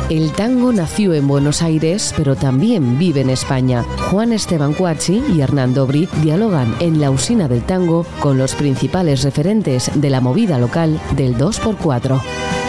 El tango nació en Buenos Aires, pero también vive en España. Juan Esteban Cuazzi y Hernán Dobry dialogan en La Usina del Tango con los principales referentes de la movida local del 2x4.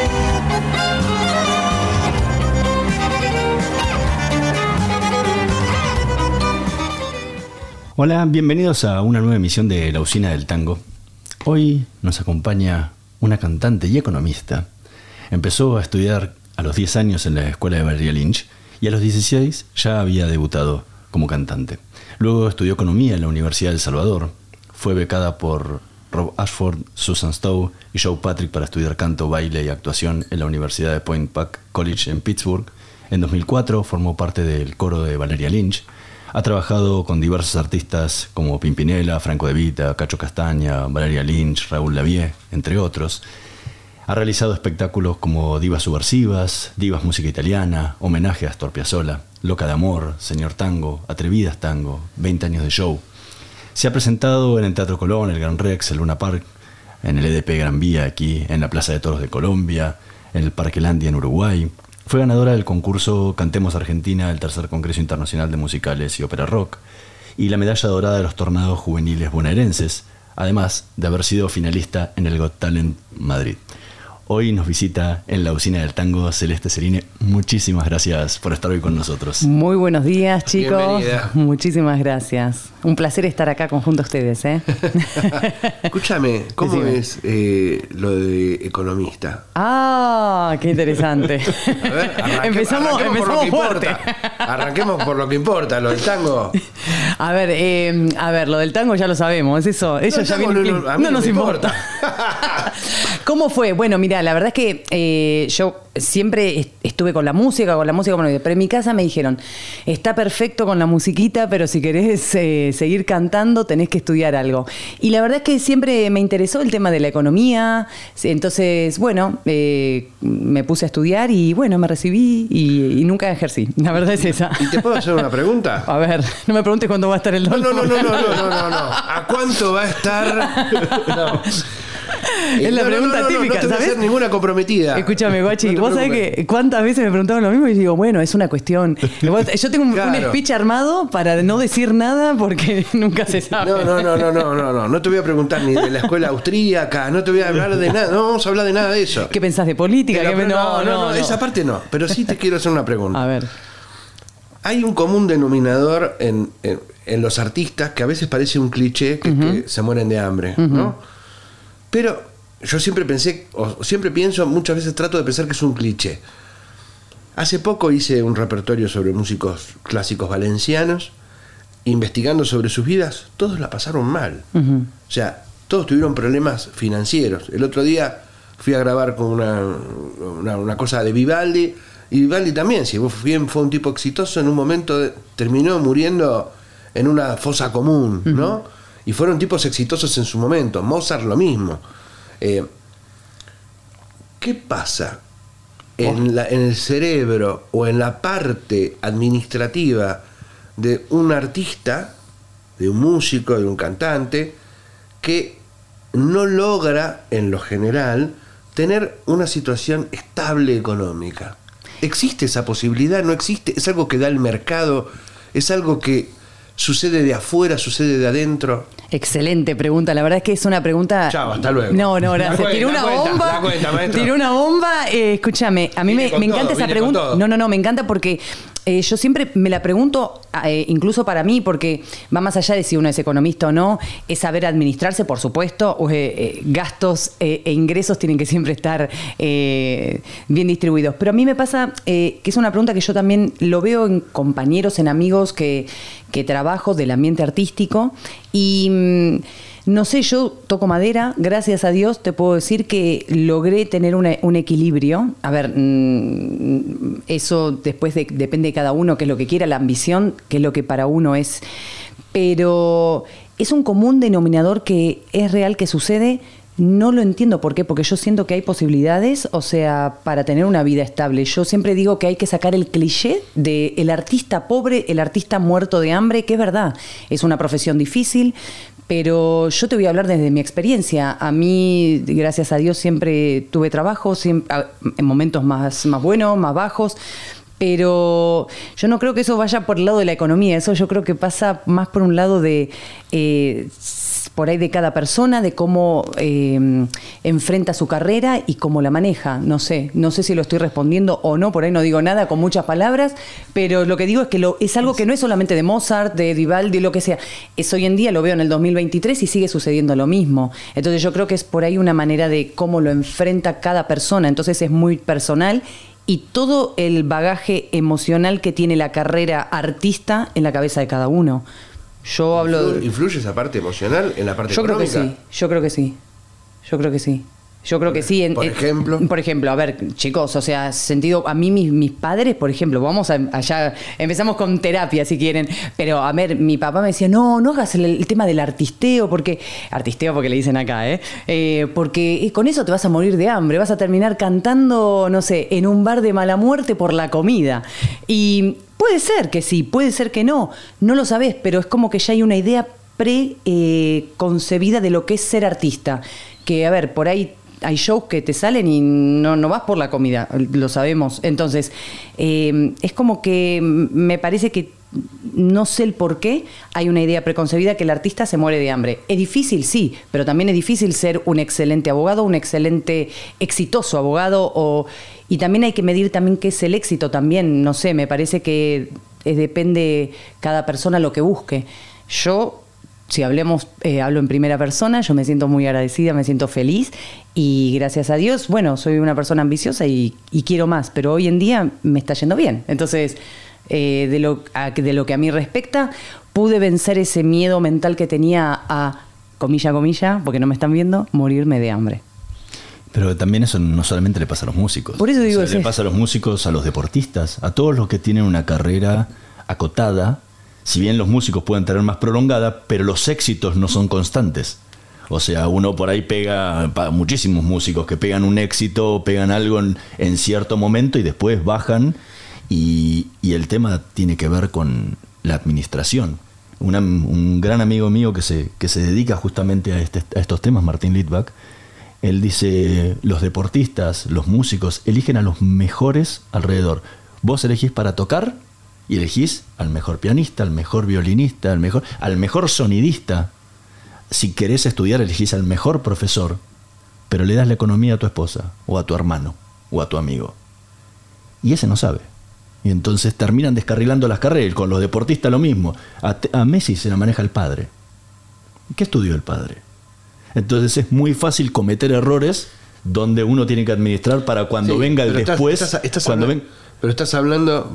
Hola, bienvenidos a una nueva emisión de La Usina del Tango. Hoy nos acompaña una cantante y economista. Empezó a estudiar a los 10 años en la escuela de Valeria Lynch y a los 16 ya había debutado como cantante. Luego estudió economía en la Universidad de El Salvador. Fue becada por Rob Ashford, Susan Stowe y Joe Patrick para estudiar canto, baile y actuación en la Universidad de Point Park College en Pittsburgh. En 2004 formó parte del coro de Valeria Lynch. Ha trabajado con diversos artistas como Pimpinela, Franco De Vita, Cacho Castaña, Valeria Lynch, Raúl Lavie, entre otros. Ha realizado espectáculos como Divas Subversivas, Divas Música Italiana, Homenaje a Astor Piazzolla, Loca de Amor, Señor Tango, Atrevidas Tango, 20 años de show. Se ha presentado en el Teatro Colón, el Gran Rex, el Luna Park, en el EDP Gran Vía aquí, en la Plaza de Toros de Colombia, en el Parque Landia en Uruguay. Fue ganadora del concurso Cantemos Argentina del Tercer Congreso Internacional de Musicales y Ópera Rock y la medalla dorada de los Tornados Juveniles Bonaerenses, además de haber sido finalista en el Got Talent Madrid. Hoy nos visita en La Usina del Tango Celeste Serine. Muchísimas gracias por estar hoy con nosotros. Muy buenos días, chicos. Bienvenida. Muchísimas gracias. Un placer estar acá junto a ustedes, ¿eh? Escúchame, ¿cómo Decime. es lo de economista? Ah, qué interesante. A ver, empezamos por lo que fuerte. importa. Arranquemos por lo que importa, lo del tango. A ver, lo del tango ya lo sabemos, eso ya tango viene. a mí No nos me importa. ¿Cómo fue? Bueno, mira, la verdad es que yo siempre estuve con la música, bueno, pero en mi casa me dijeron, está perfecto con la musiquita, pero si querés seguir cantando tenés que estudiar algo. Y la verdad es que siempre me interesó el tema de la economía, entonces, bueno, me puse a estudiar y bueno, me recibí y nunca ejercí. La verdad es esa. ¿Y te puedo hacer una pregunta? A ver, no me preguntes cuándo va a estar el dólar. No. ¿A cuánto va a estar? No. Es la pregunta típica, no te voy a ¿sabes? hacer ninguna comprometida. Escúchame, Guachi, No te vos sabés preocupes. que cuántas veces me preguntaban lo mismo y digo, bueno, es una cuestión. Yo tengo un Claro. speech armado para no decir nada porque nunca se sabe. No te voy a preguntar ni de la escuela austríaca, no te voy a hablar de nada, no vamos a hablar de nada de eso. ¿Qué pensás de política? No, esa parte no, pero sí te quiero hacer una pregunta. A ver. Hay un común denominador en los artistas que a veces parece un cliché que se mueren de hambre, ¿no? Pero yo siempre pienso, muchas veces trato de pensar que es un cliché. Hace poco hice un repertorio sobre músicos clásicos valencianos, investigando sobre sus vidas, todos la pasaron mal. O sea, todos tuvieron problemas financieros. El otro día fui a grabar con una cosa de Vivaldi, y Vivaldi también, si bien fue un tipo exitoso, en un momento terminó muriendo en una fosa común, ¿no? Y fueron tipos exitosos en su momento. Mozart lo mismo. ¿Qué pasa en el cerebro o en la parte administrativa de un artista, de un músico, de un cantante, que no logra, en lo general, tener una situación estable económica? ¿Existe esa posibilidad? ¿No existe? ¿Es algo que da el mercado? ¿Es algo que sucede de afuera, sucede de adentro? Excelente pregunta. La verdad es que es una pregunta. Chao, hasta luego. No, gracias. Tiró una bomba. Tiró una bomba. Escúchame, a mí me encanta esa pregunta. No, me encanta porque yo siempre me la pregunto, incluso para mí, porque va más allá de si uno es economista o no, es saber administrarse, por supuesto. Gastos e ingresos tienen que siempre estar bien distribuidos. Pero a mí me pasa que es una pregunta que yo también lo veo en compañeros, en amigos que trabajo del ambiente artístico y no sé, yo toco madera, gracias a Dios te puedo decir que logré tener un equilibrio. A ver, eso después depende de cada uno, qué es lo que quiera, la ambición, qué es lo que para uno es. Pero es un común denominador que es real, que sucede. no lo entiendo. ¿Por qué? Porque yo siento que hay posibilidades, o sea, para tener una vida estable. Yo siempre digo que hay que sacar el cliché de el artista pobre, el artista muerto de hambre, que es verdad, es una profesión difícil, pero yo te voy a hablar desde mi experiencia. A mí, gracias a Dios, siempre tuve trabajo, siempre, en momentos más buenos, más bajos, pero yo no creo que eso vaya por el lado de la economía. Eso yo creo que pasa más por un lado de por ahí de cada persona, de cómo enfrenta su carrera y cómo la maneja. No sé si lo estoy respondiendo o no, por ahí no digo nada con muchas palabras, pero lo que digo es que es algo que no es solamente de Mozart, de Vivaldi, lo que sea. Es hoy en día, lo veo en el 2023 y sigue sucediendo lo mismo. Entonces yo creo que es por ahí una manera de cómo lo enfrenta cada persona. Entonces es muy personal y todo el bagaje emocional que tiene la carrera artista en la cabeza de cada uno. Yo hablo... ¿Influye esa parte emocional en la parte económica? Yo creo que sí. Por ejemplo, a ver, chicos, o sea, sentido, a mí mis padres, por ejemplo, allá, empezamos con terapia si quieren, pero a ver, mi papá me decía, no hagas el tema del artisteo porque le dicen acá, porque con eso te vas a morir de hambre, vas a terminar cantando, no sé, en un bar de mala muerte por la comida. Y puede ser que sí, puede ser que no lo sabés, pero es como que ya hay una idea preconcebida de lo que es ser artista, que a ver, por ahí hay shows que te salen y no vas por la comida, lo sabemos. Entonces, es como que me parece que, no sé el por qué, hay una idea preconcebida que el artista se muere de hambre. Es difícil, sí, pero también es difícil ser un excelente abogado, un excelente, exitoso abogado, y también hay que medir también qué es el éxito también. No sé, me parece que depende cada persona lo que busque. Yo... Si hablo en primera persona, yo me siento muy agradecida, me siento feliz y gracias a Dios, bueno, soy una persona ambiciosa y quiero más, pero hoy en día me está yendo bien. Entonces, de lo que a mí respecta, pude vencer ese miedo mental que tenía a, comilla, porque no me están viendo, morirme de hambre. Pero también eso no solamente le pasa a los músicos. Por eso digo, le pasa a los músicos, a los deportistas, a todos los que tienen una carrera acotada. Si bien los músicos pueden tener más prolongada, pero los éxitos no son constantes. O sea, uno por ahí muchísimos músicos que pegan un éxito, pegan algo en cierto momento y después bajan. Y el tema tiene que ver con la administración. Un gran amigo mío que se dedica justamente a estos temas, Martín Litvak, él dice, los deportistas, los músicos, eligen a los mejores alrededor. Vos elegís para tocar y elegís al mejor pianista, al mejor violinista, al mejor sonidista. Si querés estudiar, elegís al mejor profesor, pero le das la economía a tu esposa, o a tu hermano, o a tu amigo. Y ese no sabe. Y entonces terminan descarrilando las carreras. Con los deportistas lo mismo. A Messi se la maneja el padre. ¿Qué estudió el padre? Entonces es muy fácil cometer errores donde uno tiene que administrar para cuando venga el después. Pero estás hablando,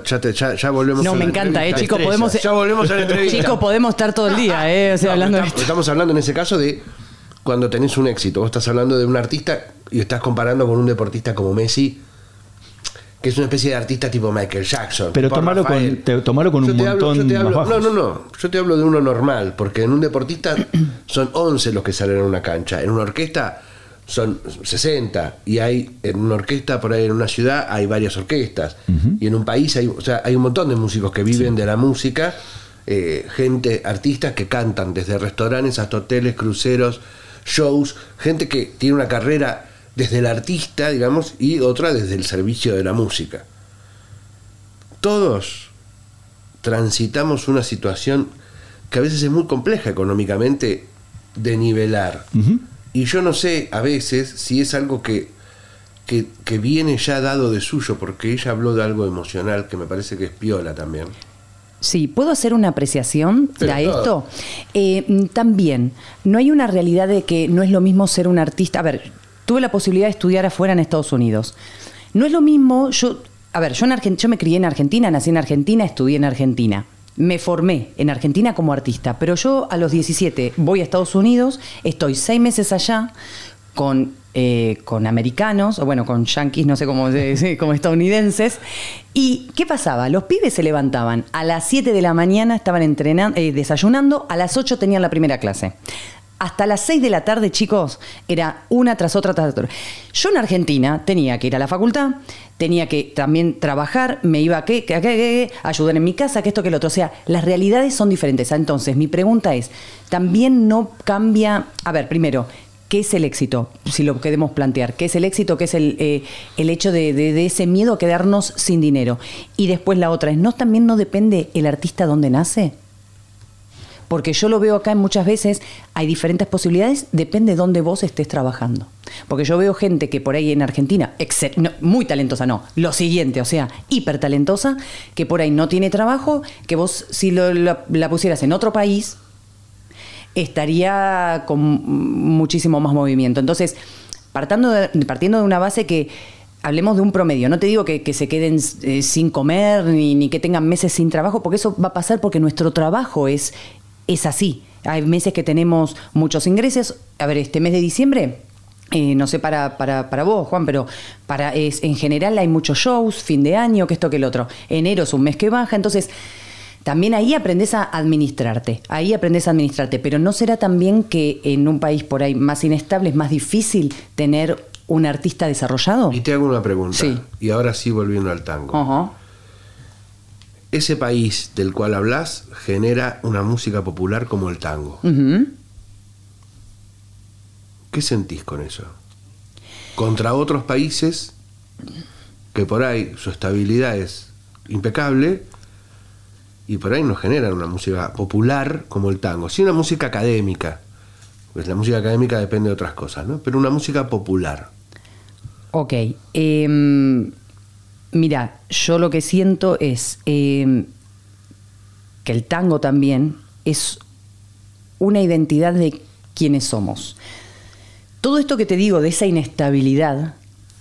ya volvemos. No, me encanta, chicos, ya volvemos a la entrevista. Chicos, podemos estar todo el día, o sea, hablando de esto. Estamos hablando en ese caso de cuando tenés un éxito. Vos estás hablando de un artista y estás comparando con un deportista como Messi, que es una especie de artista tipo Michael Jackson. Pero tomalo con un montón más bajos. No. Yo te hablo de uno normal, porque en un deportista son 11 los que salen en una cancha. En una orquesta son 60 y hay en una orquesta por ahí en una ciudad hay varias orquestas y en un país hay un montón de músicos que viven de la música, artistas que cantan desde restaurantes hasta hoteles, cruceros, shows, gente que tiene una carrera desde el artista, digamos, y otra desde el servicio de la música. Todos transitamos una situación que a veces es muy compleja económicamente de nivelar. Y yo no sé a veces si es algo que viene ya dado de suyo, porque ella habló de algo emocional que me parece que es piola también. Sí, ¿puedo hacer una apreciación a esto? También, no hay una realidad de que no es lo mismo ser un artista. A ver, tuve la posibilidad de estudiar afuera en Estados Unidos. No es lo mismo, yo me crié en Argentina, nací en Argentina, estudié en Argentina. Me formé en Argentina como artista, pero yo a los 17 voy a Estados Unidos, estoy 6 meses allá con americanos, o bueno, con yanquis, no sé cómo como estadounidenses. ¿Y qué pasaba? Los pibes se levantaban a las 7 de la mañana, estaban entrenando, desayunando, a las 8 tenían la primera clase. Hasta las 6 de la tarde, chicos, era una tras otra tras otra. Yo en Argentina tenía que ir a la facultad, tenía que también trabajar, me iba a ayudar en mi casa, que esto, que lo otro. O sea, las realidades son diferentes. Entonces, mi pregunta es, ¿también no cambia? A ver, primero, ¿qué es el éxito? Si lo queremos plantear. ¿Qué es el éxito? ¿Qué es el hecho de ese miedo a quedarnos sin dinero? Y después la otra es, ¿no también no depende el artista dónde nace? Porque yo lo veo acá muchas veces, hay diferentes posibilidades, depende de dónde vos estés trabajando. Porque yo veo gente que por ahí en Argentina, muy talentosa, no, lo siguiente, o sea, hiper talentosa, que por ahí no tiene trabajo, que vos si la pusieras en otro país, estaría con muchísimo más movimiento. Entonces, partiendo de una base que hablemos de un promedio, no te digo que se queden sin comer ni que tengan meses sin trabajo, porque eso va a pasar porque nuestro trabajo es así. Hay meses que tenemos muchos ingresos. A ver, este mes de diciembre, no sé para vos, Juan, pero en general hay muchos shows, fin de año, que esto, que el otro. Enero es un mes que baja, entonces también ahí aprendes a administrarte. Pero ¿no será también que en un país por ahí más inestable es más difícil tener un artista desarrollado? Y te hago una pregunta. Sí. Y ahora sí, volviendo al tango. Uh-huh. Ese país del cual hablas genera una música popular como el tango. Uh-huh. ¿Qué sentís con eso? Contra otros países que por ahí su estabilidad es impecable y por ahí no generan una música popular como el tango, sí una música académica, pues la música académica depende de otras cosas, ¿no? Pero una música popular. Ok, mira, yo lo que siento es que el tango también es una identidad de quiénes somos. Todo esto que te digo de esa inestabilidad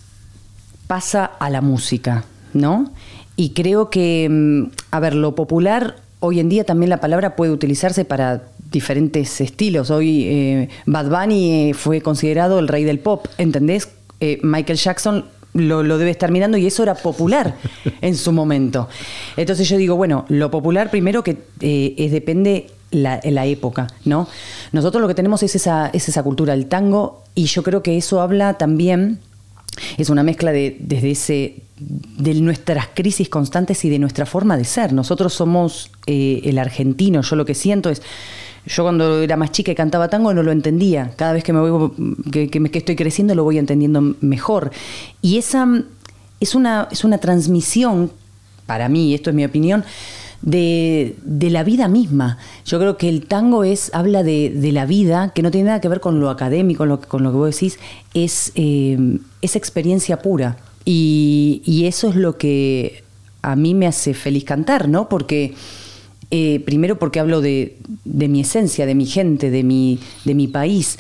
pasa a la música, ¿no? Y creo que, a ver, lo popular, hoy en día también la palabra puede utilizarse para diferentes estilos. Hoy Bad Bunny fue considerado el rey del pop, ¿entendés? Michael Jackson lo debe estar mirando y eso era popular en su momento. Entonces yo digo, bueno, lo popular primero que depende la época, ¿no? Nosotros lo que tenemos es esa cultura, el tango, y yo creo que eso habla también, es una mezcla de nuestras crisis constantes y de nuestra forma de ser. Nosotros somos el argentino. Yo lo que siento es, yo cuando era más chica y cantaba tango no lo entendía. Cada vez que que estoy creciendo lo voy entendiendo mejor. Y esa es una transmisión, para mí, esto es mi opinión, de la vida misma. Yo creo que el tango habla de la vida, que no tiene nada que ver con lo académico, con lo que vos decís, es experiencia pura. Y eso es lo que a mí me hace feliz cantar, ¿no? Porque primero porque hablo de mi esencia, de mi gente, de mi país.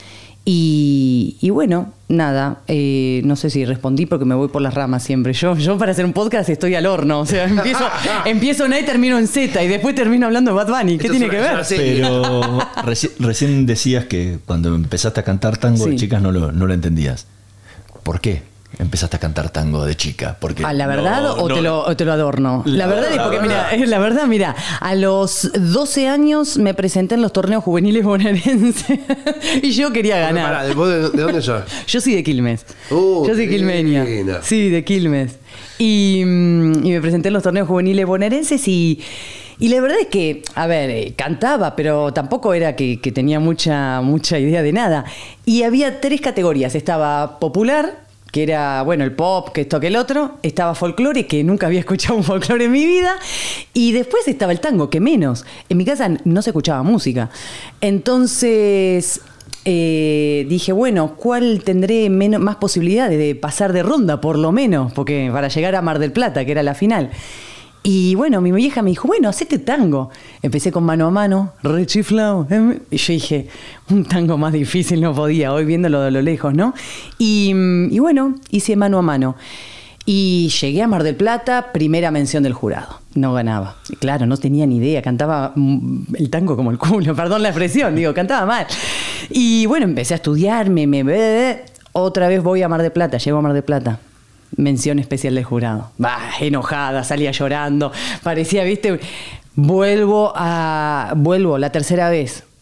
Y bueno, nada, no sé si respondí porque me voy por las ramas siempre. Yo para hacer un podcast estoy al horno, o sea, empiezo en A y termino en Z y después termino hablando de Bad Bunny. ¿Qué tiene que ver? Pero recién decías que cuando empezaste a cantar tango de chicas no lo entendías. ¿Por qué empezaste a cantar tango de chica? Porque ¿la verdad o te lo adorno? La verdad es porque, mira, a los 12 años me presenté en los torneos juveniles bonaerenses y yo quería ganar. ¿De dónde sos? Yo soy de Quilmes. Yo soy quilmeña. Sí, de Quilmes. Y me presenté en los torneos juveniles bonaerenses y la verdad es que, a ver, cantaba, pero tampoco era que tenía mucha idea de nada. Y había 3 categorías. Estaba popular, que era, bueno, el pop, que esto, que el otro. Estaba folclore, que nunca había escuchado un folclore en mi vida. Y después estaba el tango, que menos. En mi casa no se escuchaba música. Entonces dije, bueno, ¿cuál tendré más posibilidades de pasar de ronda, por lo menos? Porque para llegar a Mar del Plata, que era la final. Y bueno, mi vieja me dijo, bueno, hacete tango. Empecé con Mano a Mano, re chiflao. Y yo dije, un tango más difícil no podía, hoy viéndolo de lo lejos, ¿no? Y bueno, hice Mano a Mano. Y llegué a Mar del Plata, primera mención del jurado. No ganaba. Y claro, no tenía ni idea, cantaba el tango como el culo, perdón la expresión, cantaba mal. Y bueno, empecé a estudiar, otra vez voy a Mar del Plata, llego a Mar del Plata. Mención especial del jurado. Enojada, salía llorando. Parecía, ¿viste? Vuelvo la tercera vez.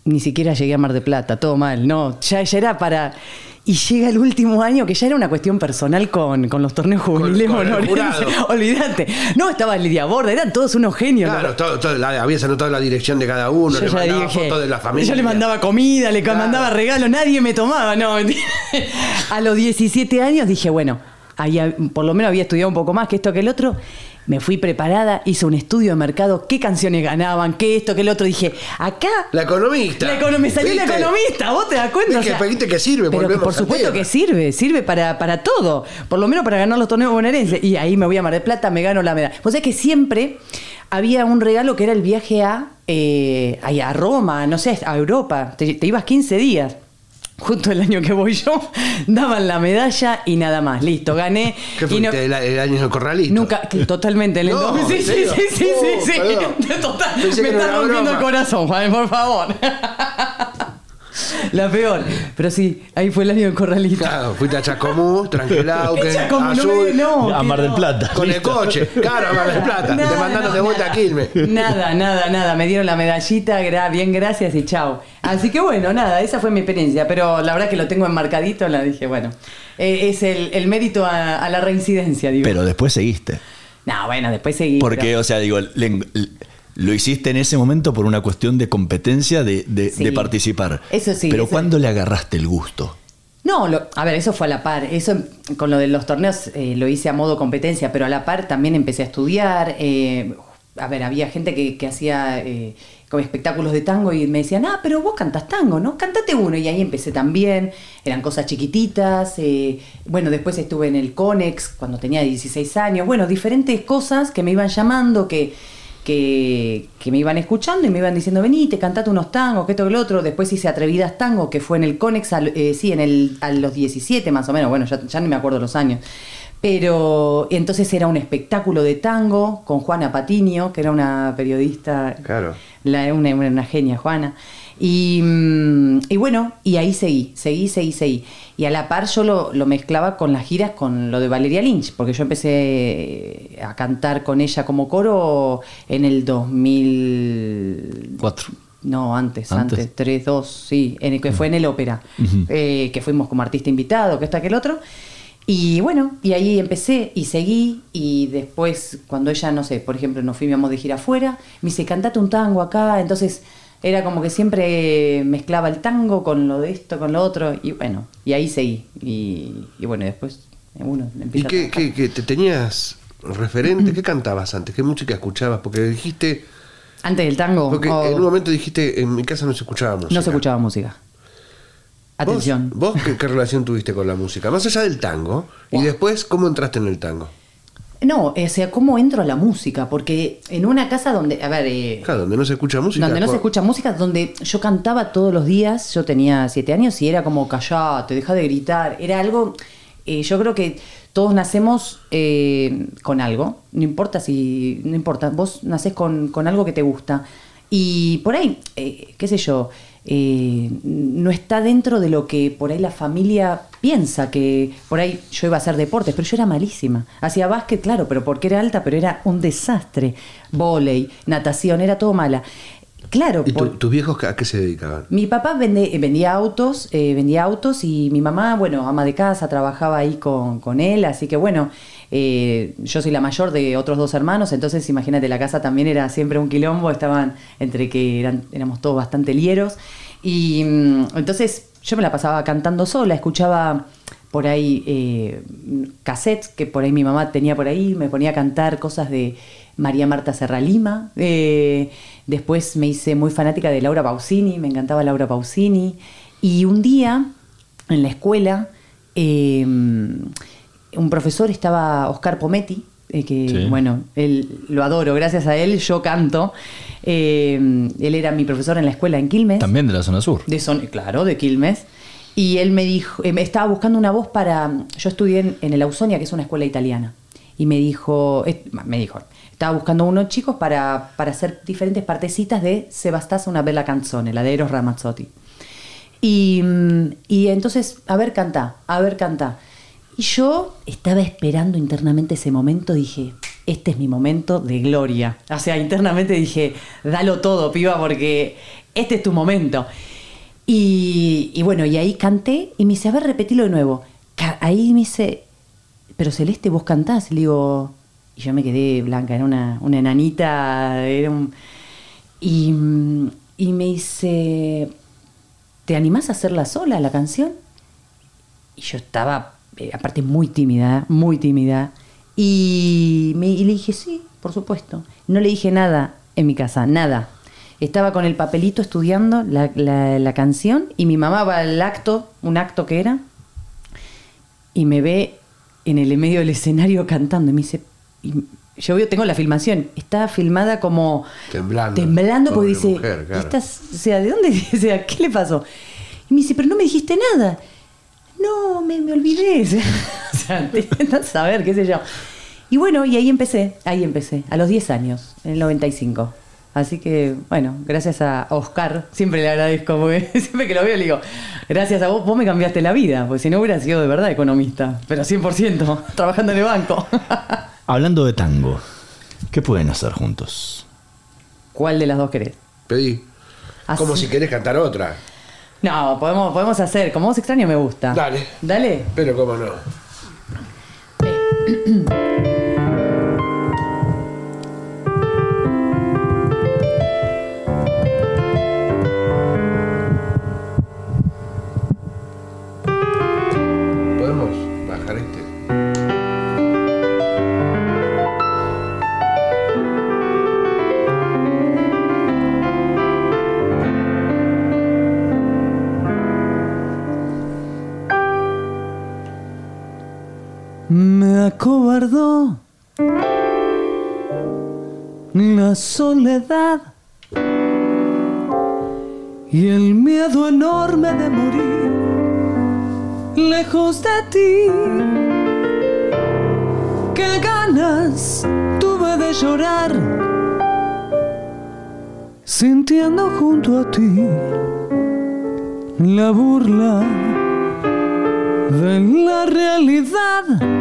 ni siquiera llegué a Mar del Plata, todo mal, no, ya era para... Y llega el último año, que ya era una cuestión personal con los torneos juveniles bonaerenses. Olvídate. No, estaba Lidia Borda, eran todos unos genios. Claro, habías anotado la dirección de cada uno, le mandaba fotos de la familia. Yo le mandaba comida, le mandaba regalos, nadie me tomaba, no. A los 17 años dije, bueno, ahí por lo menos había estudiado un poco más que esto que el otro. Me fui preparada, hice un estudio de mercado, qué canciones ganaban, qué esto, qué el otro. Dije, acá... La economista. Me salió la economista, ¿vos te das cuenta? ¿Viste que sirve? Pero por supuesto que sirve para todo. Por lo menos para ganar los torneos bonaerenses. Y ahí me voy a Mar del Plata, me gano la medalla. O sea que siempre había un regalo que era el viaje a Roma, no sé, a Europa. Te ibas 15 días. Justo el año que voy yo, daban la medalla y nada más. Listo, gané. ¿Qué fuiste el año del corralito? Nunca, totalmente. Sí. Total, me está rompiendo el corazón, Juan, por favor. La peor. Pero sí, ahí fue el año del corralito. Claro, fuiste a Chacomús, Tranquilauquen, Azul, a Mar del Plata. Con el coche, claro, a Mar del Plata. Te mandaron de vuelta a Quilmes. Nada. Me dieron la medallita, bien, gracias y chao. Así que bueno, nada, esa fue mi experiencia. Pero la verdad que lo tengo enmarcadito, la dije, bueno. Es el mérito a la reincidencia, digo. Pero después seguiste. No, bueno, después seguí. Porque, o sea, digo, lo hiciste en ese momento por una cuestión de competencia, de participar. Eso sí. Pero ¿cuándo le agarraste el gusto? No, a ver, eso fue a la par. Eso con lo de los torneos lo hice a modo competencia, pero a la par también empecé a estudiar. A ver, había gente que hacía como espectáculos de tango y me decían, pero vos cantás tango, ¿no? Cántate uno. Y ahí empecé también. Eran cosas chiquititas. Bueno, después estuve en el Conex cuando tenía 16 años. Bueno, diferentes cosas que me iban llamando, que me iban escuchando y me iban diciendo, venite, cantate unos tangos, que esto, que lo otro. Después hice Atrevidas Tango, que fue en el Conex, a los 17 más o menos, bueno, ya no me acuerdo los años. Pero entonces era un espectáculo de tango con Juana Patiño, que era una periodista, claro. Una genia, Juana. Y bueno, y ahí seguí. Y a la par yo lo mezclaba con las giras con lo de Valeria Lynch, porque yo empecé a cantar con ella como coro en el 2004. No, antes, 3, 2, sí, que fue en el ópera, que fuimos como artista invitado, que esto, aquel otro. Y bueno, y ahí empecé y seguí, y después cuando ella, no sé, por ejemplo, nos fuimos de gira afuera, me dice, cantate un tango acá, entonces era como que siempre mezclaba el tango con lo de esto, con lo otro, y bueno, y ahí seguí, y bueno, después uno empieza. ¿Y qué te tenías referente? ¿Qué cantabas antes? ¿Qué música escuchabas? Porque dijiste... ¿Antes del tango? Porque en un momento dijiste, en mi casa no se escuchaba música. No se escuchaba música. Atención. ¿Vos qué relación tuviste con la música? Más allá del tango, y después, ¿cómo entraste en el tango? No, o sea, ¿cómo entro a la música? Porque en una casa donde, a ver... claro, donde no se escucha música. Donde no se escucha música, donde yo cantaba todos los días, yo tenía 7 años y era como, callate, deja de gritar. Era algo, yo creo que todos nacemos con algo, no importa, vos nacés con algo que te gusta. Y por ahí, qué sé yo... no está dentro de lo que por ahí la familia piensa, que por ahí yo iba a hacer deportes, pero yo era malísima. Hacía básquet, claro, pero porque era alta, pero era un desastre. Vóley, natación, era todo mala. Claro. ¿Y tus viejos a qué se dedicaban? Mi papá vendía autos y mi mamá, bueno, ama de casa, trabajaba ahí con él, así que bueno, yo soy la mayor de otros 2 hermanos, entonces imagínate, la casa también era siempre un quilombo, estaban entre que éramos todos bastante lieros, y entonces yo me la pasaba cantando sola, escuchaba por ahí cassettes que por ahí mi mamá tenía por ahí, me ponía a cantar cosas de María Marta Serralima, después me hice muy fanática de Laura Pausini, me encantaba Laura Pausini, y un día en la escuela un profesor estaba, Oscar Pometti, que sí. Bueno, él lo adoro, gracias a él yo canto. Él era mi profesor en la escuela en Quilmes. También de la zona sur. Claro, de Quilmes. Y él me dijo, estaba buscando una voz para... Yo estudié en el Ausonia, que es una escuela italiana. Y me dijo, estaba buscando unos chicos para hacer diferentes partecitas de Se bastase una bella canzone, la de Eros Ramazzotti. Y entonces, a ver, cantá. Y yo estaba esperando internamente ese momento, dije, este es mi momento de gloria. O sea, internamente dije, dalo todo, piba, porque este es tu momento. Y bueno, y ahí canté y me dice, a ver, repetilo de nuevo. Ahí me dice, pero Celeste, vos cantás. Y le digo, y yo me quedé blanca, era una enanita, y me dice, ¿te animás a hacerla sola, la canción? Y yo estaba, aparte, muy tímida. Y le dije, sí, por supuesto. No le dije nada en mi casa, nada. Estaba con el papelito estudiando la canción y mi mamá va al acto, un acto que era, y me ve en el medio del escenario cantando. Y me dice, yo tengo la filmación, está filmada como temblando porque dice, mujer, claro. O sea, ¿de dónde? O sea, ¿qué le pasó? Y me dice, pero no me dijiste nada. No, me olvidé. O sea, no saber, qué sé yo. Y bueno, y ahí empecé, a los 10 años, en el 95. Así que, bueno, gracias a Oscar, siempre le agradezco, porque siempre que lo veo le digo, gracias a vos me cambiaste la vida, porque si no hubiera sido de verdad economista, pero 100%, trabajando en el banco. Hablando de tango, ¿qué pueden hacer juntos? ¿Cuál de las dos querés? Pedí. Como si querés cantar otra. No, podemos hacer, como vos extraño me gusta. Dale. Pero cómo no. Me acobardó la soledad y el miedo enorme de morir lejos de ti. Qué ganas tuve de llorar sintiendo junto a ti la burla de la realidad.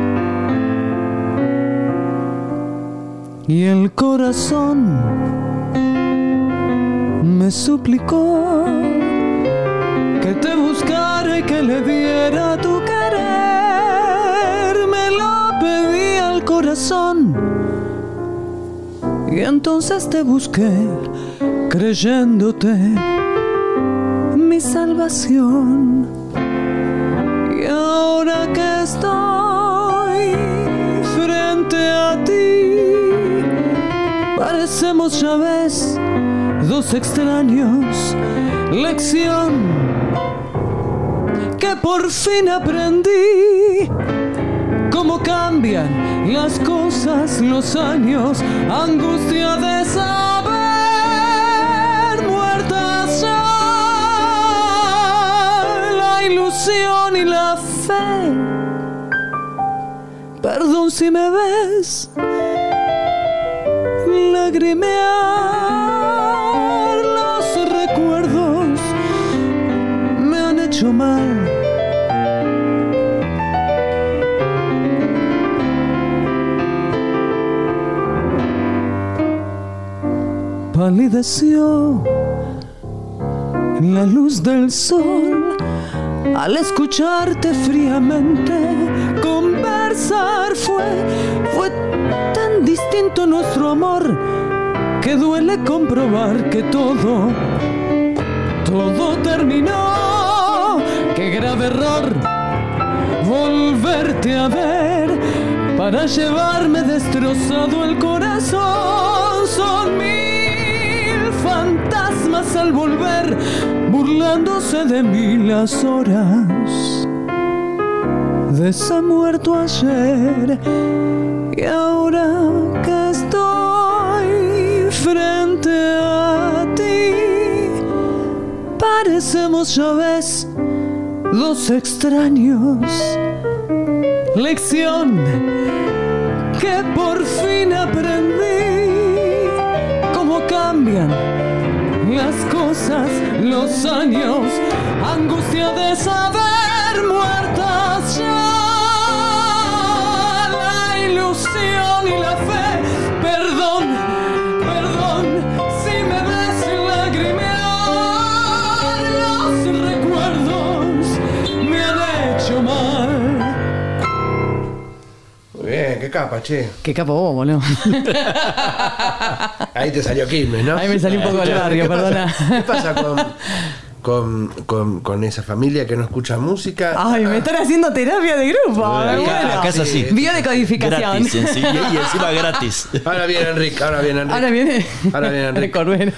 Y el corazón me suplicó que te buscara y que le diera tu querer. Me lo pedí al corazón y entonces te busqué creyéndote mi salvación. Y ahora que estoy frente a ti, parecemos, ya ves, dos extraños. Lección que por fin aprendí. Cómo cambian las cosas, los años. Angustia de saber muertas ya la ilusión y la fe. Perdón si me ves lagrimear, los recuerdos me han hecho mal. Palideció la luz del sol al escucharte fríamente conversar. Fue tan distinto nuestro amor que duele comprobar que todo terminó. Qué grave error volverte a ver para llevarme destrozado el corazón. Son mil fantasmas al volver, burlándose de mí las horas de ese muerto ayer. Y ahora que estoy frente a ti, parecemos, ya ves, dos extraños. Lección que por fin aprendí. Cómo cambian las cosas, los años. Angustia de saber muertas ya la ilusión y la fe. Perdón si me ves lagrimear, capa, che. Qué capo vos, boludo. Ahí te salió Quilmes, ¿no? Ahí me salí un poco del barrio, perdona. ¿Qué pasa con esa familia que no escucha música? Ay, me están haciendo terapia de grupo. Acá es así. Biodecodificación. Gratis, y encima gratis. Ahora viene Enrique. Ahora viene Enrique. Corbera.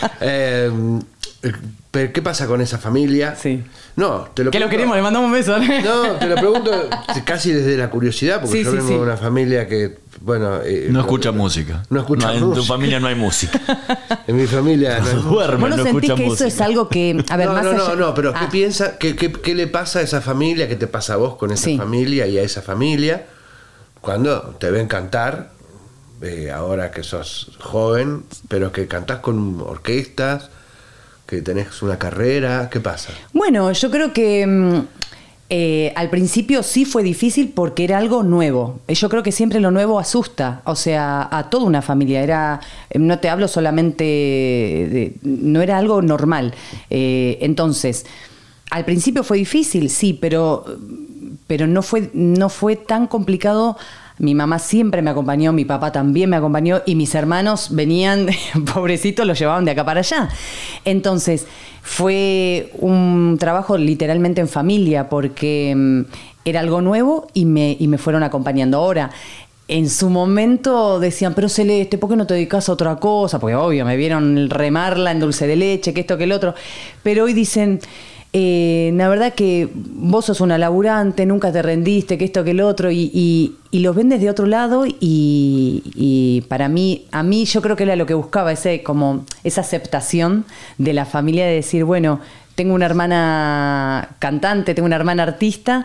Pero ¿qué pasa con esa familia? Sí. No, te lo que pregunto, lo queremos, le mandamos un beso. No, te lo pregunto casi desde la curiosidad, porque yo vengo de una familia que, bueno... no escucha música. No escucha música. En tu familia no hay música. En mi familia no hay duerme, ¿Vos no sentís que eso es algo que... A ver, no, pero ¿qué piensa? ¿Qué le pasa a esa familia? ¿Qué te pasa a vos con esa familia y a esa familia cuando te ven cantar, ahora que sos joven, pero que cantás con orquestas, que tenés una carrera? ¿Qué pasa? Bueno, yo creo que al principio sí fue difícil porque era algo nuevo. Yo creo que siempre lo nuevo asusta, o sea, a toda una familia. No te hablo solamente no era algo normal. Entonces, al principio fue difícil, sí, pero no fue tan complicado. Mi mamá siempre me acompañó, mi papá también me acompañó y mis hermanos venían, pobrecitos, los llevaban de acá para allá. Entonces, fue un trabajo literalmente en familia porque era algo nuevo y me fueron acompañando. Ahora, en su momento decían, pero Celeste, ¿por qué no te dedicas a otra cosa? Porque obvio, me vieron remarla en dulce de leche, que esto, que el otro. Pero hoy dicen... la verdad que vos sos una laburante, nunca te rendiste, que esto, que el otro, y los ven desde otro lado, y para mí, yo creo que era lo que buscaba, esa aceptación de la familia, de decir, bueno, tengo una hermana cantante, tengo una hermana artista,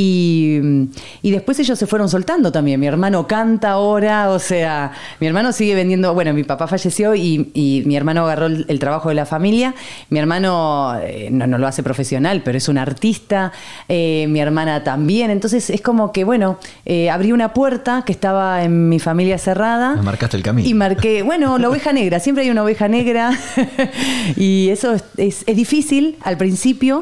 y después ellos se fueron soltando también. Mi hermano canta ahora, o sea, mi hermano sigue vendiendo. Bueno, mi papá falleció y mi hermano agarró el trabajo de la familia. Mi hermano no lo hace profesional, pero es un artista. Mi hermana también. Entonces es como que, bueno, abrí una puerta que estaba en mi familia cerrada. Me marcaste el camino. Y marqué, bueno, la oveja negra. Siempre hay una oveja negra. Y eso es difícil al principio,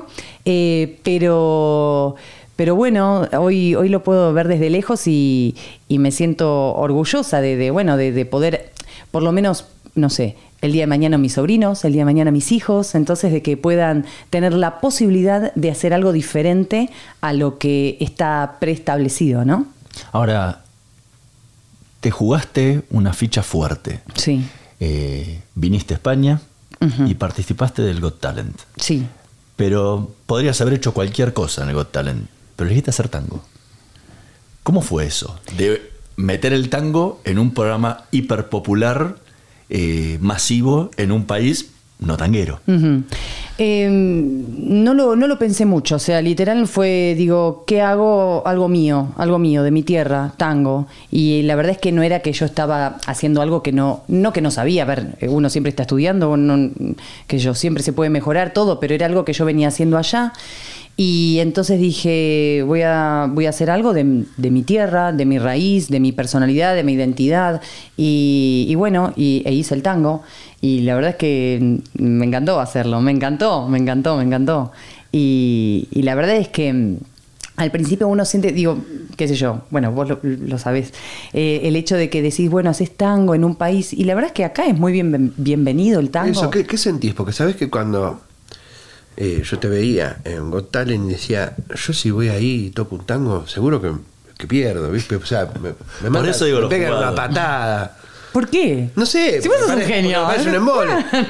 pero bueno, hoy lo puedo ver desde lejos y me siento orgullosa de poder, por lo menos, no sé, el día de mañana mis sobrinos, el día de mañana mis hijos, entonces de que puedan tener la posibilidad de hacer algo diferente a lo que está preestablecido, ¿no? Ahora, te jugaste una ficha fuerte. Sí. Viniste a España. Uh-huh. Y participaste del Got Talent. Sí. Pero podrías haber hecho cualquier cosa en el Got Talent, pero elegiste hacer tango. ¿Cómo fue eso? De meter el tango en un programa hiperpopular, masivo, en un país no tanguero. Uh-huh. No lo pensé mucho, o sea, literal fue, digo, ¿qué hago? Algo mío, de mi tierra, tango. Y la verdad es que no era que yo estaba haciendo algo que no que no sabía. A ver, uno siempre está estudiando, que yo siempre se puede mejorar todo, pero era algo que yo venía haciendo allá. Y entonces dije, voy a hacer algo de mi tierra, de mi raíz, de mi personalidad, de mi identidad. Y bueno, e hice el tango. Y la verdad es que me encantó hacerlo, me encantó. Y la verdad es que al principio uno siente, digo, qué sé yo, bueno, vos lo sabés, el hecho de que decís, bueno, haces tango en un país. Y la verdad es que acá es muy bienvenido el tango. Eso, ¿qué sentís? Porque sabés que cuando... yo te veía en Got Talent y decía, yo si voy ahí y toco un tango, seguro que pierdo, ¿viste? O sea, me por eso digo, me pegan una patada. ¿Por qué? No sé. Si vos sos un genio. Me parece un embole.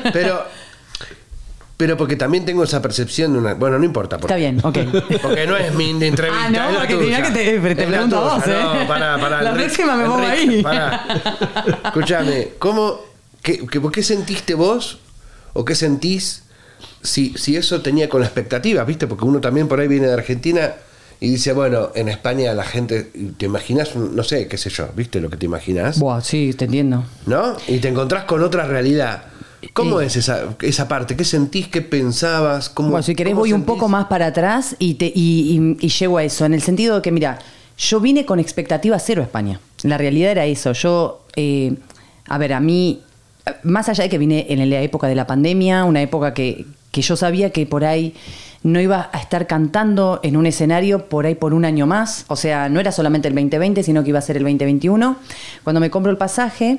Pero porque también tengo esa percepción de una... Bueno, no importa. Está bien, ok. Porque no es mi entrevista, no, es la porque tuya. te pregunto a vos, ¿eh? No, pará. La próxima me pongo ahí. Escúchame, ¿por qué sentiste vos o qué sentís si eso tenía con la expectativa, ¿viste? Porque uno también por ahí viene de Argentina y dice, bueno, en España la gente, te imaginas, no sé, qué sé yo, ¿viste lo que te imaginas? Buah, sí, te entiendo. ¿No? Y te encontrás con otra realidad. ¿Cómo es esa parte? ¿Qué sentís? ¿Qué pensabas? Bueno, si querés voy un poco más para atrás y llego a eso, en el sentido de que, mira, yo vine con expectativa cero a España. La realidad era eso. Yo, a mí, más allá de que vine en la época de la pandemia, una época que que yo sabía que por ahí no iba a estar cantando en un escenario por ahí por un año más. O sea, no era solamente el 2020, sino que iba a ser el 2021. Cuando me compro el pasaje,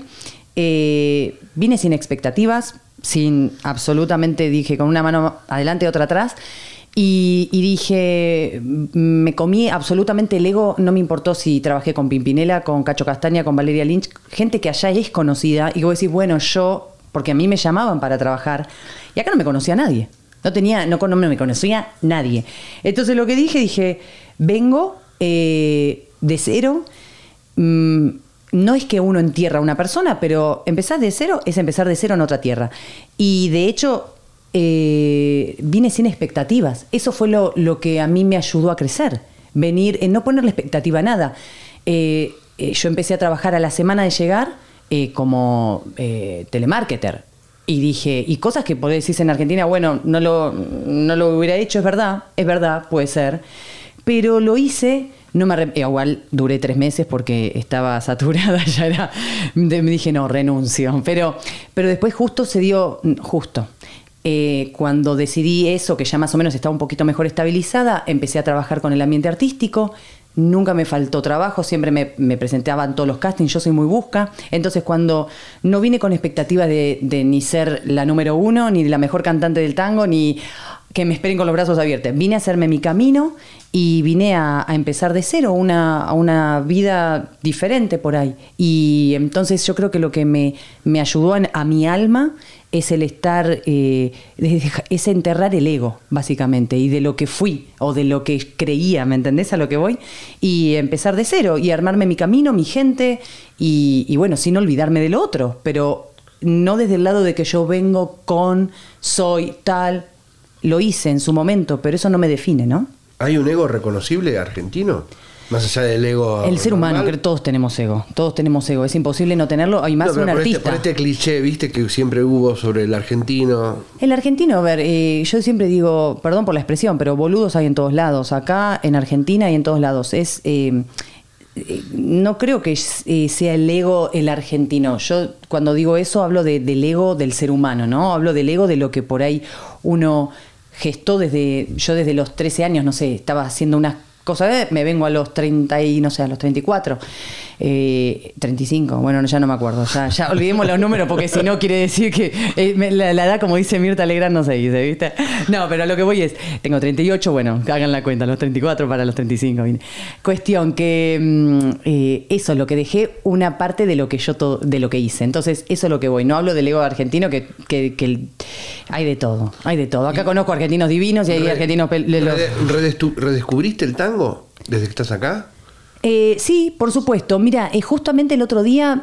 vine sin expectativas, sin absolutamente, dije, con una mano adelante y otra atrás. Y dije, me comí absolutamente el ego, no me importó si trabajé con Pimpinela, con Cacho Castaña, con Valeria Lynch, gente que allá es conocida, y vos decís, bueno, yo, porque a mí me llamaban para trabajar, y acá no me conocía nadie, no me conocía nadie. Entonces lo que dije, vengo de cero, no es que uno entierra a una persona, pero empezar de cero es empezar de cero en otra tierra. Y de hecho, vine sin expectativas. Eso fue lo que a mí me ayudó a crecer. Venir, no ponerle expectativa a nada. Yo empecé a trabajar a la semana de llegar como telemarketer. Y dije, y cosas que podés decir en Argentina, bueno, no lo hubiera hecho, es verdad, puede ser. Pero lo hice, igual duré 3 meses porque estaba saturada, me dije, no, renuncio. Pero después se dio. Cuando decidí eso, que ya más o menos estaba un poquito mejor estabilizada, empecé a trabajar con el ambiente artístico. Nunca me faltó trabajo, siempre me presentaban todos los castings, yo soy muy busca. Entonces cuando no vine con expectativas de ni ser la número 1, ni la mejor cantante del tango, ni que me esperen con los brazos abiertos, vine a hacerme mi camino y vine a empezar de cero, a una vida diferente por ahí. Y entonces yo creo que lo que me ayudó a mi alma es el estar, es enterrar el ego, básicamente, y de lo que fui o de lo que creía, ¿me entendés a lo que voy? Y empezar de cero y armarme mi camino, mi gente, y bueno, sin olvidarme del otro, pero no desde el lado de que yo vengo soy tal, lo hice en su momento, pero eso no me define, ¿no? ¿Hay un ego reconocible argentino? Más allá del ego. El ser humano, que todos tenemos ego. Es imposible no tenerlo. Hay más un artista. Por este cliché, viste, que siempre hubo sobre el argentino. El argentino, a ver, yo siempre digo, perdón por la expresión, pero boludos hay en todos lados. Acá, en Argentina y en todos lados. No creo que sea el ego el argentino. Yo cuando digo eso hablo del ego del ser humano, ¿no? Hablo del ego de lo que por ahí uno gestó yo desde los 13 años, no sé, estaba haciendo unas cosas, me vengo a los 30 y no sé, a los 34, 35, bueno, ya no me acuerdo, ya olvidemos los números porque si no quiere decir que la edad, como dice Mirta Legrand, no se dice, ¿viste? No, pero a lo que voy es, tengo 38, bueno, hagan la cuenta, los 34 para los 35. Cuestión que eso es lo que dejé, una parte de lo que de lo que hice. Entonces, eso es lo que voy. No hablo del ego argentino, que hay de todo, Acá conozco argentinos divinos y hay argentinos... ¿Redescubriste el tango desde que estás acá? Sí, por supuesto. Mira, justamente el otro día,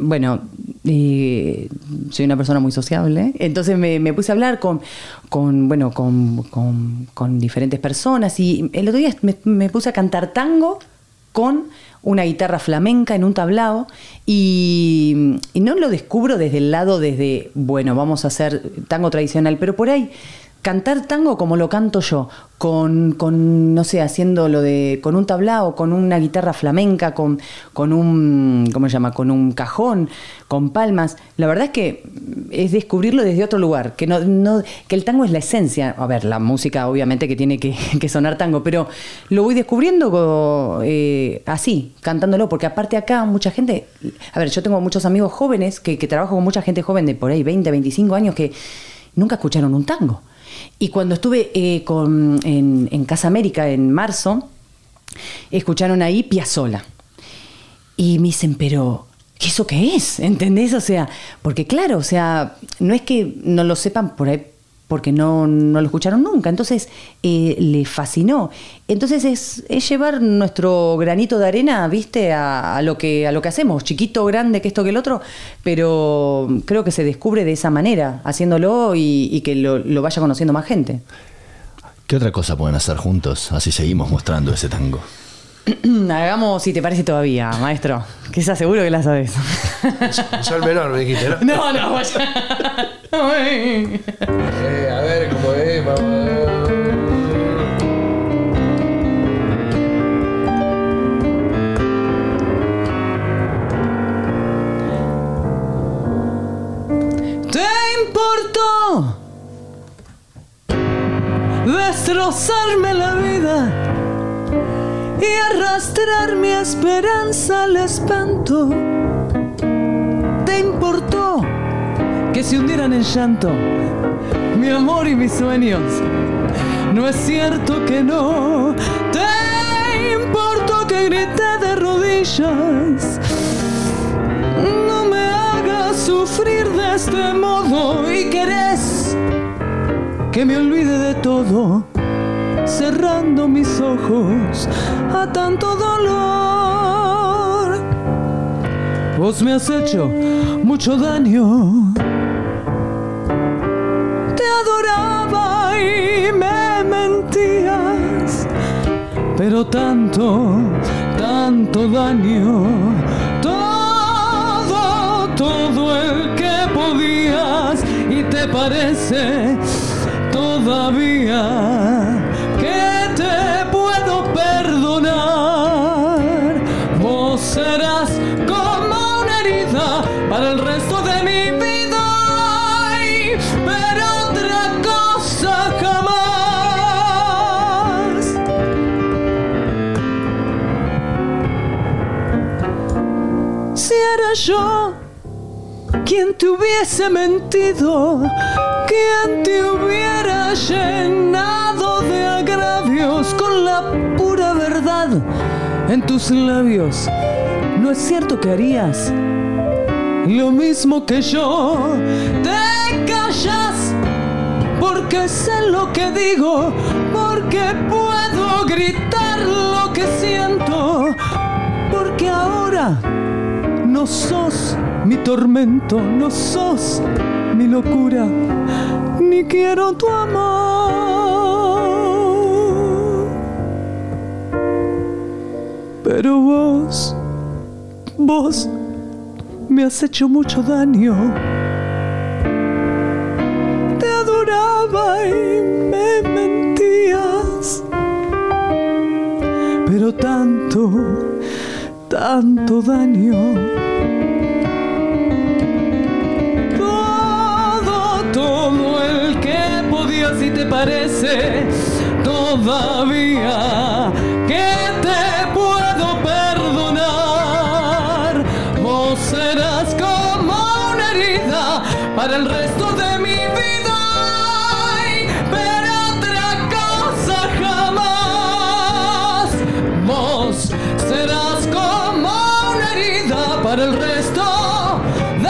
soy una persona muy sociable, entonces me puse a hablar con diferentes personas y el otro día me puse a cantar tango con una guitarra flamenca en un tablao y no lo descubro desde el lado vamos a hacer tango tradicional, pero por ahí cantar tango como lo canto yo, no sé, haciéndolo con un tablao, con una guitarra flamenca, con un, ¿cómo se llama? Con un cajón, con palmas. La verdad es que es descubrirlo desde otro lugar, que que el tango es la esencia. A ver, la música obviamente que tiene que sonar tango, pero lo voy descubriendo así, cantándolo, porque aparte acá mucha gente, a ver, yo tengo muchos amigos jóvenes que trabajo con mucha gente joven de por ahí 20, 25 años que nunca escucharon un tango. Y cuando estuve en Casa América en marzo, escucharon ahí Piazzolla. Y me dicen, pero ¿eso qué es? ¿Entendés? O sea, porque claro, o sea, no es que no lo sepan por ahí porque no lo escucharon nunca. Entonces, les fascinó. Entonces, es llevar nuestro granito de arena, ¿viste? A lo que hacemos, chiquito, grande, que esto, que el otro, pero creo que se descubre de esa manera, haciéndolo y que lo vaya conociendo más gente. ¿Qué otra cosa pueden hacer juntos? Así seguimos mostrando ese tango. Hagamos, si te parece todavía, maestro, que esa seguro que la sabes. Sol menor, me dijiste, ¿no? No, vaya. A ver cómo es, mamá. ¿Te importó destrozarme la vida y arrastrar mi esperanza al espanto. ¿Te importó que se hundieran en llanto mi amor y mis sueños? No es cierto que no. ¿Te importó que grité de rodillas? No me hagas sufrir de este modo. Y querés que me olvide de todo, cerrando mis ojos a tanto dolor. Vos me has hecho mucho daño. Te adoraba y me mentías, pero tanto, tanto daño. Todo el que podías. Y te parece todavía que te puedo perdonar. Vos serás como una herida para el resto de mi vida, pero otra cosa jamás. Si era yo quien te hubiese mentido, quien te hubiera llenado de agravios con la pura verdad en tus labios, ¿no es cierto que harías lo mismo que yo? Te callas porque sé lo que digo, porque puedo gritar lo que siento, porque ahora no sos mi tormento, no sos mi locura, ni quiero tu amor. Pero vos me has hecho mucho daño. Te adoraba y me mentías, pero tanto, tanto daño. Todo el que podía. Si te parece todavía que te puedo perdonar, vos serás como una herida para el resto de mi vida, pero otra cosa jamás. Vos serás como una herida para el resto de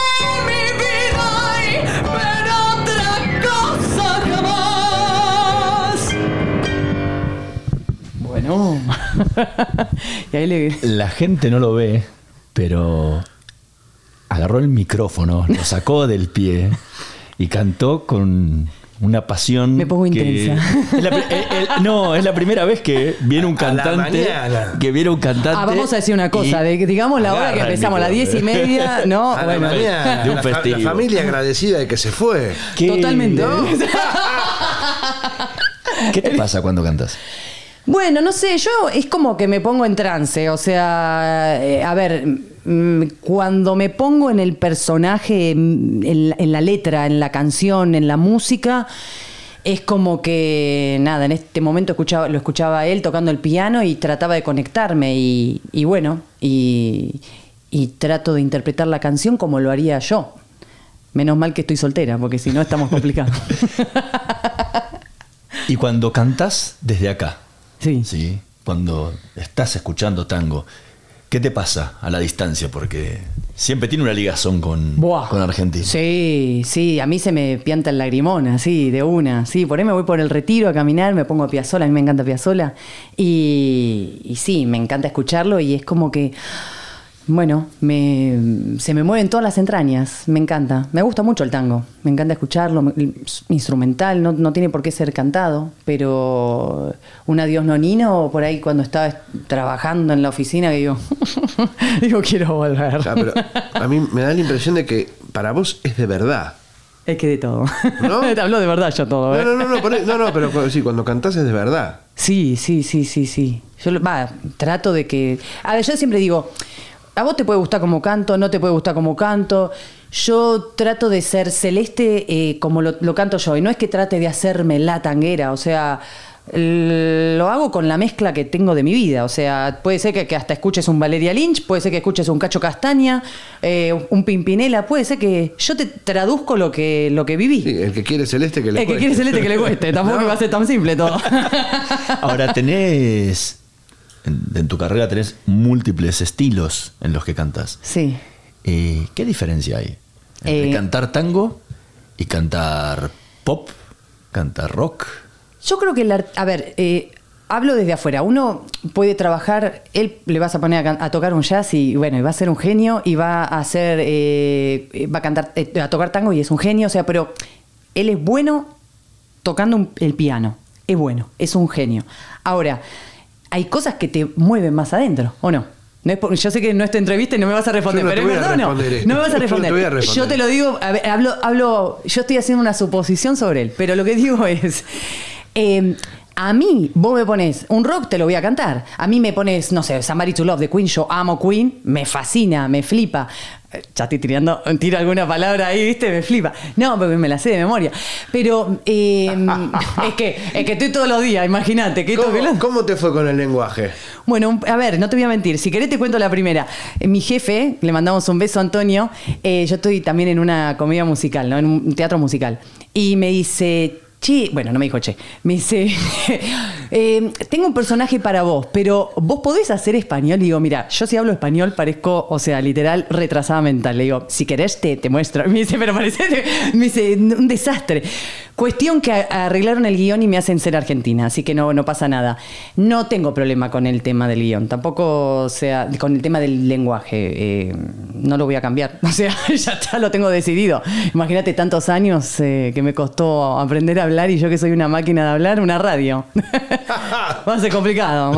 no. Y ahí La gente no lo ve, pero agarró el micrófono, lo sacó del pie y cantó con una pasión. Me pongo intensa. Es la primera vez que viene un cantante. Vamos a decir una cosa, digamos la hora que empezamos, a las 10:30, ¿no? A bueno, de un festivo. La familia agradecida de que se fue. Totalmente. ¿No? ¿Qué te pasa cuando cantas? Bueno, no sé, yo es como que me pongo en trance, o sea, a ver, cuando me pongo en el personaje, en la letra, en la canción, en la música, es como que, nada, en este momento lo escuchaba a él tocando el piano y trataba de conectarme y bueno, y trato de interpretar la canción como lo haría yo. Menos mal que estoy soltera, porque si no estamos complicados. Y cuando cantas desde acá, sí, cuando estás escuchando tango, ¿qué te pasa a la distancia? Porque siempre tiene una ligazón con Argentina. Sí, a mí se me pianta el lagrimón, así, de una. Sí, por ahí me voy por el Retiro a caminar, me pongo a Piazzolla, a mí me encanta Piazzolla. Y sí, me encanta escucharlo y es como que, bueno, se me mueven todas las entrañas, me encanta. Me gusta mucho el tango, me encanta escucharlo, instrumental, no tiene por qué ser cantado, pero un Adiós Nonino, por ahí cuando estaba trabajando en la oficina, que digo, quiero volver. O sea, pero a mí me da la impresión de que para vos es de verdad. Es que de todo. ¿No? Te hablo de verdad yo todo, ¿eh? No, pero sí, cuando cantás es de verdad. Sí. Yo trato de que... A ver, yo siempre digo... a vos te puede gustar como canto, no te puede gustar como canto. Yo trato de ser Celeste como lo canto yo. Y no es que trate de hacerme la tanguera, o sea, lo hago con la mezcla que tengo de mi vida. O sea, puede ser que hasta escuches un Valeria Lynch, puede ser que escuches un Cacho Castaña, un Pimpinela, puede ser que yo te traduzco lo que viví. Sí, el que quiere Celeste que le cueste. El que quiere Celeste que le cueste. Tampoco va a ser tan simple todo. Ahora tenés... En tu carrera tenés múltiples estilos en los que cantas. Sí. ¿Qué diferencia hay entre cantar tango y cantar pop, cantar rock? Yo creo que, hablo desde afuera. Uno puede trabajar, él le vas a poner a tocar un jazz y bueno, y va a ser un genio y va a hacer, va a cantar, a tocar tango y es un genio. O sea, pero él es bueno tocando el piano. Es bueno, es un genio. Ahora, hay cosas que te mueven más adentro, ¿o no? No es yo sé que no es tu entrevista y no me vas a responder, pero es verdad, no me vas a responder. Yo te lo digo, a ver, hablo, yo estoy haciendo una suposición sobre él, pero lo que digo es, a mí, vos me pones un rock, te lo voy a cantar. A mí me pones, no sé, Somebody to Love de Queen, yo amo Queen, me fascina, me flipa. Ya estoy tiro alguna palabra ahí, ¿viste? Me flipa. No, porque me la sé de memoria. Pero es que estoy todos los días, imagínate. ¿Cómo te fue con el lenguaje? Bueno, a ver, no te voy a mentir. Si querés te cuento la primera. Mi jefe, le mandamos un beso a Antonio. Yo estoy también en una comedia musical, ¿no? En un teatro musical. Y me dice... Che, bueno, no me dijo che. Me dice, tengo un personaje para vos, pero vos podés hacer español. Y digo, mira, yo si hablo español parezco, o sea, literal, retrasada mental. Le digo, si querés te muestro. Me dice, pero parece, me dice, un desastre. Cuestión que arreglaron el guión y me hacen ser argentina, así que no pasa nada. No tengo problema con el tema del guión, tampoco, o sea, con el tema del lenguaje. No lo voy a cambiar, o sea, ya lo tengo decidido. Imagínate tantos años que me costó aprender a hablar y yo que soy una máquina de hablar, una radio. Va a ser complicado.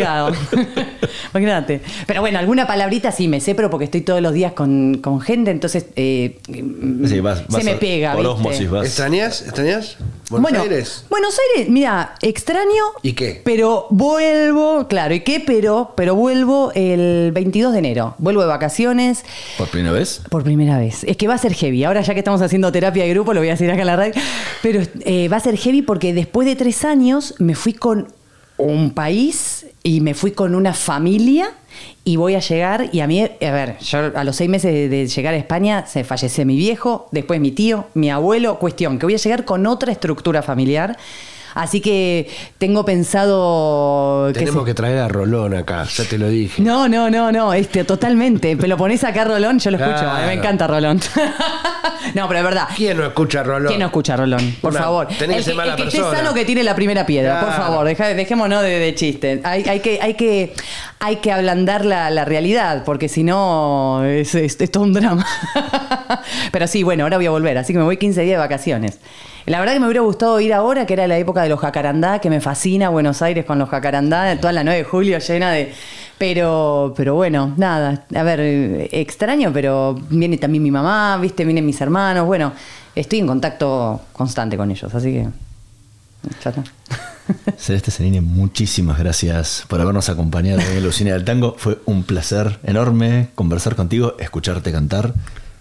Imagínate. Pero bueno, alguna palabrita sí me sé, pero porque estoy todos los días con gente, entonces sí, se me pega. Por osmosis vas. ¿Extrañas? Buenos Aires, mira, extraño. ¿Y qué? Pero vuelvo, claro, ¿y qué? Pero vuelvo el 22 de enero. Vuelvo de vacaciones. ¿Por primera vez? Por primera vez. Es que va a ser heavy. Ahora ya que estamos haciendo terapia de grupo, lo voy a decir acá en la radio. Pero va a ser heavy porque después de 3 años me fui con un país y me fui con una familia y voy a llegar, y a mí, a ver, yo a los 6 meses de llegar a España se fallece mi viejo, después mi tío, mi abuelo, cuestión, que voy a llegar con otra estructura familiar. Así que tengo pensado... Tenemos que traer a Rolón acá, ya te lo dije. No, totalmente. Pero lo pones acá Rolón, yo lo escucho. Claro. A mí me encanta Rolón. No, pero es verdad. ¿Quién no escucha a Rolón? ¿Quién no escucha a Rolón? Por favor. Tenés que ser mala persona. El que esté sano que tire la primera piedra, por favor. Dejémonos de chiste. Hay que ablandar la realidad, porque si no es todo un drama. Pero sí, bueno, ahora voy a volver, así que me voy 15 días de vacaciones. La verdad que me hubiera gustado ir ahora, que era la época de los jacarandá, que me fascina Buenos Aires con los jacarandá, toda la 9 de julio llena de... Pero bueno, nada, a ver, extraño, pero viene también mi mamá, ¿viste? Vienen mis hermanos, bueno, estoy en contacto constante con ellos, así que ya está. Celeste Zanini, muchísimas gracias por habernos acompañado en la Usina del Tango. Fue un placer enorme conversar contigo, escucharte cantar,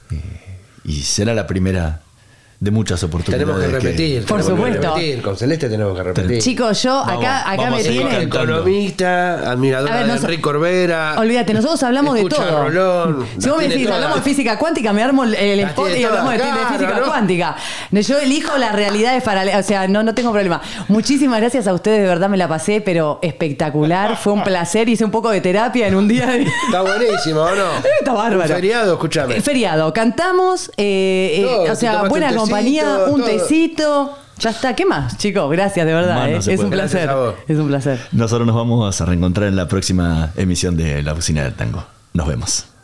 y será la primera de muchas oportunidades. Tenemos que repetir. Por supuesto. Con Celeste tenemos que repetir. Chicos, yo acá me tienen... Economista, admiradora de Enrique Corbera. Olvídate, nosotros hablamos de todo. A Rolón, si vos me decís, hablamos de física cuántica, me armo el spot y hablamos de física cuántica. Yo elijo las realidades paralelas, o sea, no tengo problema. Muchísimas gracias a ustedes, de verdad me la pasé, pero espectacular. Fue un placer, hice un poco de terapia en un día. Está buenísimo, ¿o no? Está bárbaro. Feriado, escúchame. Feriado, cantamos, o sea, buena compañía, un tecito. Ya está, ¿qué más, chicos? Gracias, de verdad. Es un placer. Es un placer. Nosotros nos vamos a reencontrar en la próxima emisión de La Usina del Tango. Nos vemos.